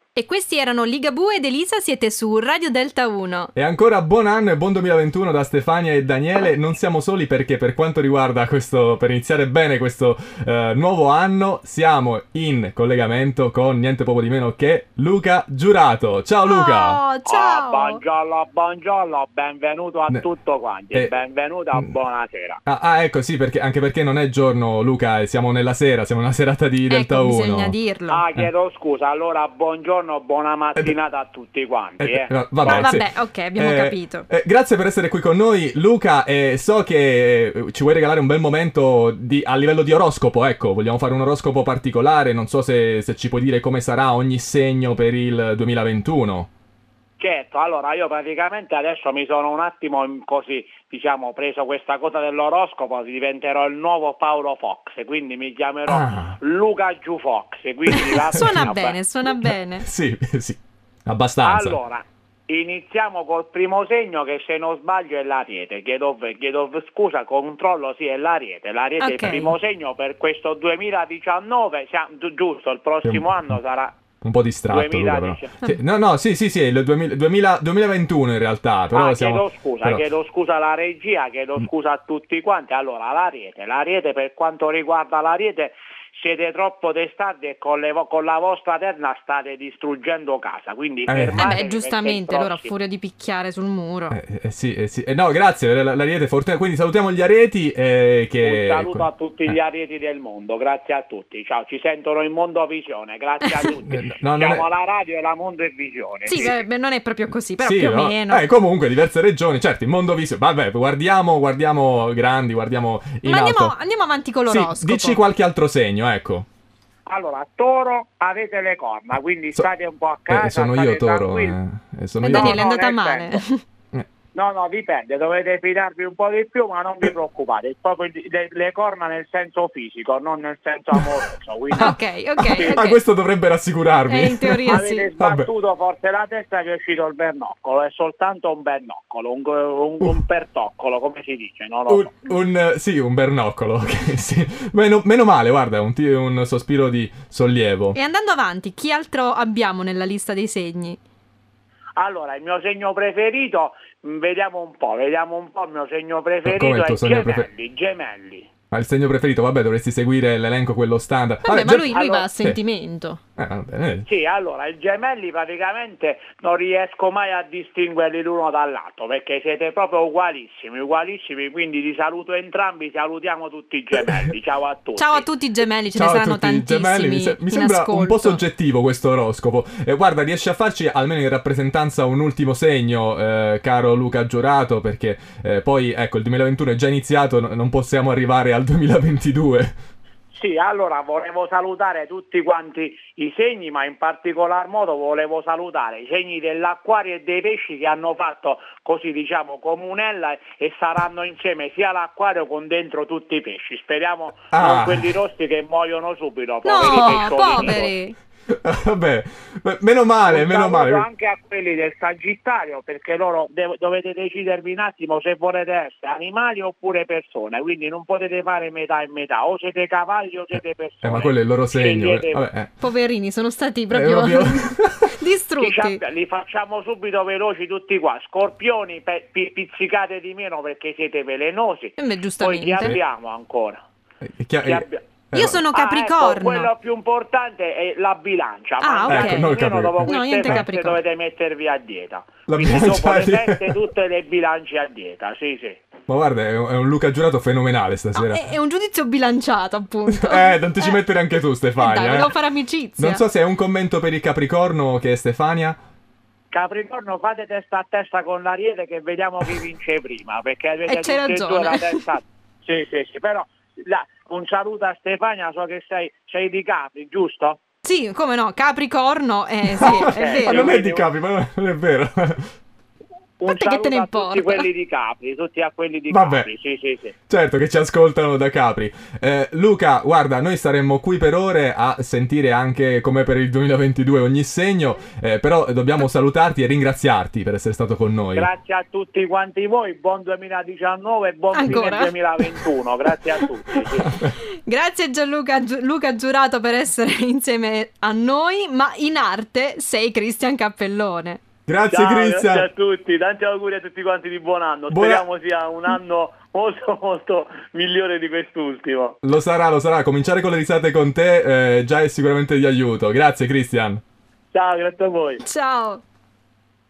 E questi erano Ligabue ed Elisa, siete su Radio Delta 1. E ancora buon anno e buon 2021 da Stefania e Daniele. Non siamo soli perché per quanto riguarda questo, per iniziare bene questo nuovo anno, siamo in collegamento con niente poco di meno che Luca Giurato. Ciao Luca! Oh, ciao! Buongiorno, benvenuto a tutto quanti, benvenuto a buonasera. Ecco sì, anche perché non è giorno, Luca, siamo nella sera, siamo una serata di Delta 1. Bisogna dirlo. Chiedo scusa, allora buongiorno, buona mattinata a tutti quanti. Vabbè, sì. ok, abbiamo capito. Grazie per essere qui con noi, Luca. So che ci vuoi regalare un bel momento a livello di oroscopo. Ecco, vogliamo fare un oroscopo particolare. Non so se ci puoi dire come sarà ogni segno per il 2021. Certo, allora io praticamente adesso mi sono un attimo così, diciamo, preso questa cosa dell'oroscopo, diventerò il nuovo Paolo Fox, quindi mi chiamerò Luca Giù Fox. Quindi suona bene. Sì, abbastanza. Allora, iniziamo col primo segno che se non sbaglio è l'Ariete. Chiedo scusa, controllo, sì, è l'Ariete. L'Ariete è il primo segno per questo 2019, giusto, il prossimo anno sarà... Un po' distratto, Luca, però. Sì, è il 2021 in realtà. Però chiedo scusa alla regia, chiedo scusa a tutti quanti. Allora, l'Ariete, per quanto riguarda l'Ariete, siete troppo testardi e con la vostra terna state distruggendo casa, quindi fermatevi. Giustamente, allora a furia di picchiare sul muro. Sì. No, grazie, l'Ariete fortuna. Quindi salutiamo gli Arieti. Un saluto a tutti gli Arieti del mondo, grazie a tutti. Ciao, ci sentono in Mondovisione, grazie a tutti. Siamo alla radio e la Mondo e Visione. Sì, non è proprio così, però più o meno. Comunque, diverse regioni, certo, il Mondovisione. Vabbè, guardiamo grandi, guardiamo in alto. Andiamo avanti con l'oroscopo. Sì, dici qualche altro segno, ecco. Allora, Toro, avete le corna, quindi state un po' a casa. Sono io Toro. Daniele, è andata male. No, dipende, dovete fidarvi un po' di più, ma non vi preoccupate, è proprio le corna nel senso fisico, non nel senso amoroso. Quindi... ok. Questo dovrebbe rassicurarmi. In teoria avete sbattuto forse la testa, che è uscito il bernoccolo, è soltanto un bernoccolo, un pertoccolo, come si dice, non lo so. Un bernoccolo, ok, sì. Meno male, guarda, un sospiro di sollievo. E andando avanti, chi altro abbiamo nella lista dei segni? Allora, il mio segno preferito, vediamo un po', il mio segno preferito è Gemelli. Ma il segno preferito, vabbè, dovresti seguire l'elenco, quello standard. Ma lui va a sentimento. Sì, allora, i Gemelli praticamente non riesco mai a distinguerli l'uno dall'altro, perché siete proprio ugualissimi, quindi vi saluto entrambi, salutiamo tutti i Gemelli, ciao a tutti. Ciao a tutti i Gemelli, ce ne saranno tantissimi. Mi sembra un po' soggettivo questo oroscopo. Guarda, riesci a farci almeno in rappresentanza un ultimo segno, caro Luca Giurato, perché poi, ecco, il 2021 è già iniziato, non possiamo arrivare al 2022. Sì, allora volevo salutare tutti quanti i segni, ma in particolar modo volevo salutare i segni dell'Acquario e dei Pesci, che hanno fatto, così diciamo, comunella e saranno insieme sia l'Acquario con dentro tutti i pesci. Speriamo non quelli rossi che muoiono subito. Poveri. Vabbè, meno male. Anche a quelli del Sagittario, perché loro dovete decidervi un attimo se volete essere animali oppure persone, quindi non potete fare metà e metà, o siete cavalli o siete persone. Ma quello è il loro segno. Poverini, sono stati proprio distrutti. Li facciamo subito veloci tutti qua. Scorpioni, pizzicate di meno perché siete velenosi. Giustamente. Poi chi abbiamo ancora? Io sono Capricorno. Ecco, quello più importante è la bilancia. Ok. Dopo queste feste dovete mettervi a dieta. Quindi dopo le feste tutte le bilanci a dieta, sì. Ma guarda, è un Luca Giurato fenomenale stasera. È un giudizio bilanciato, appunto. Non ti ci mettere anche tu, Stefania. Dai, volevo fare amicizia. Non so se hai un commento per il Capricorno, che è Stefania. Capricorno, fate testa a testa con l'Ariete, che vediamo chi vince prima, perché avete tutti e due la testa. Sì, però un saluto a Stefania, so che sei di Capri, giusto? Sì, come no, Capricorno, sì, è vero. Ma non è di Capri, ma non è vero. Un Che te saluto ne a importa? tutti quelli di Capri, tutti a quelli di Vabbè. Capri, sì. Certo che ci ascoltano da Capri. Luca, guarda, noi staremmo qui per ore a sentire anche come per il 2022 ogni segno, però dobbiamo salutarti e ringraziarti per essere stato con noi. Grazie a tutti quanti voi, buon 2019 e buon Ancora? fine 2021, grazie a tutti. Sì. Grazie Gianluca Luca Giurato per essere insieme a noi, ma in arte sei Cristian Cappellone. Grazie Ciao, Cristian. grazie a tutti, tanti auguri a tutti quanti di buon anno, speriamo sia un anno molto migliore di quest'ultimo. Lo sarà, cominciare con le risate con te già è sicuramente di aiuto. Grazie Cristian. Ciao, grazie a voi. Ciao.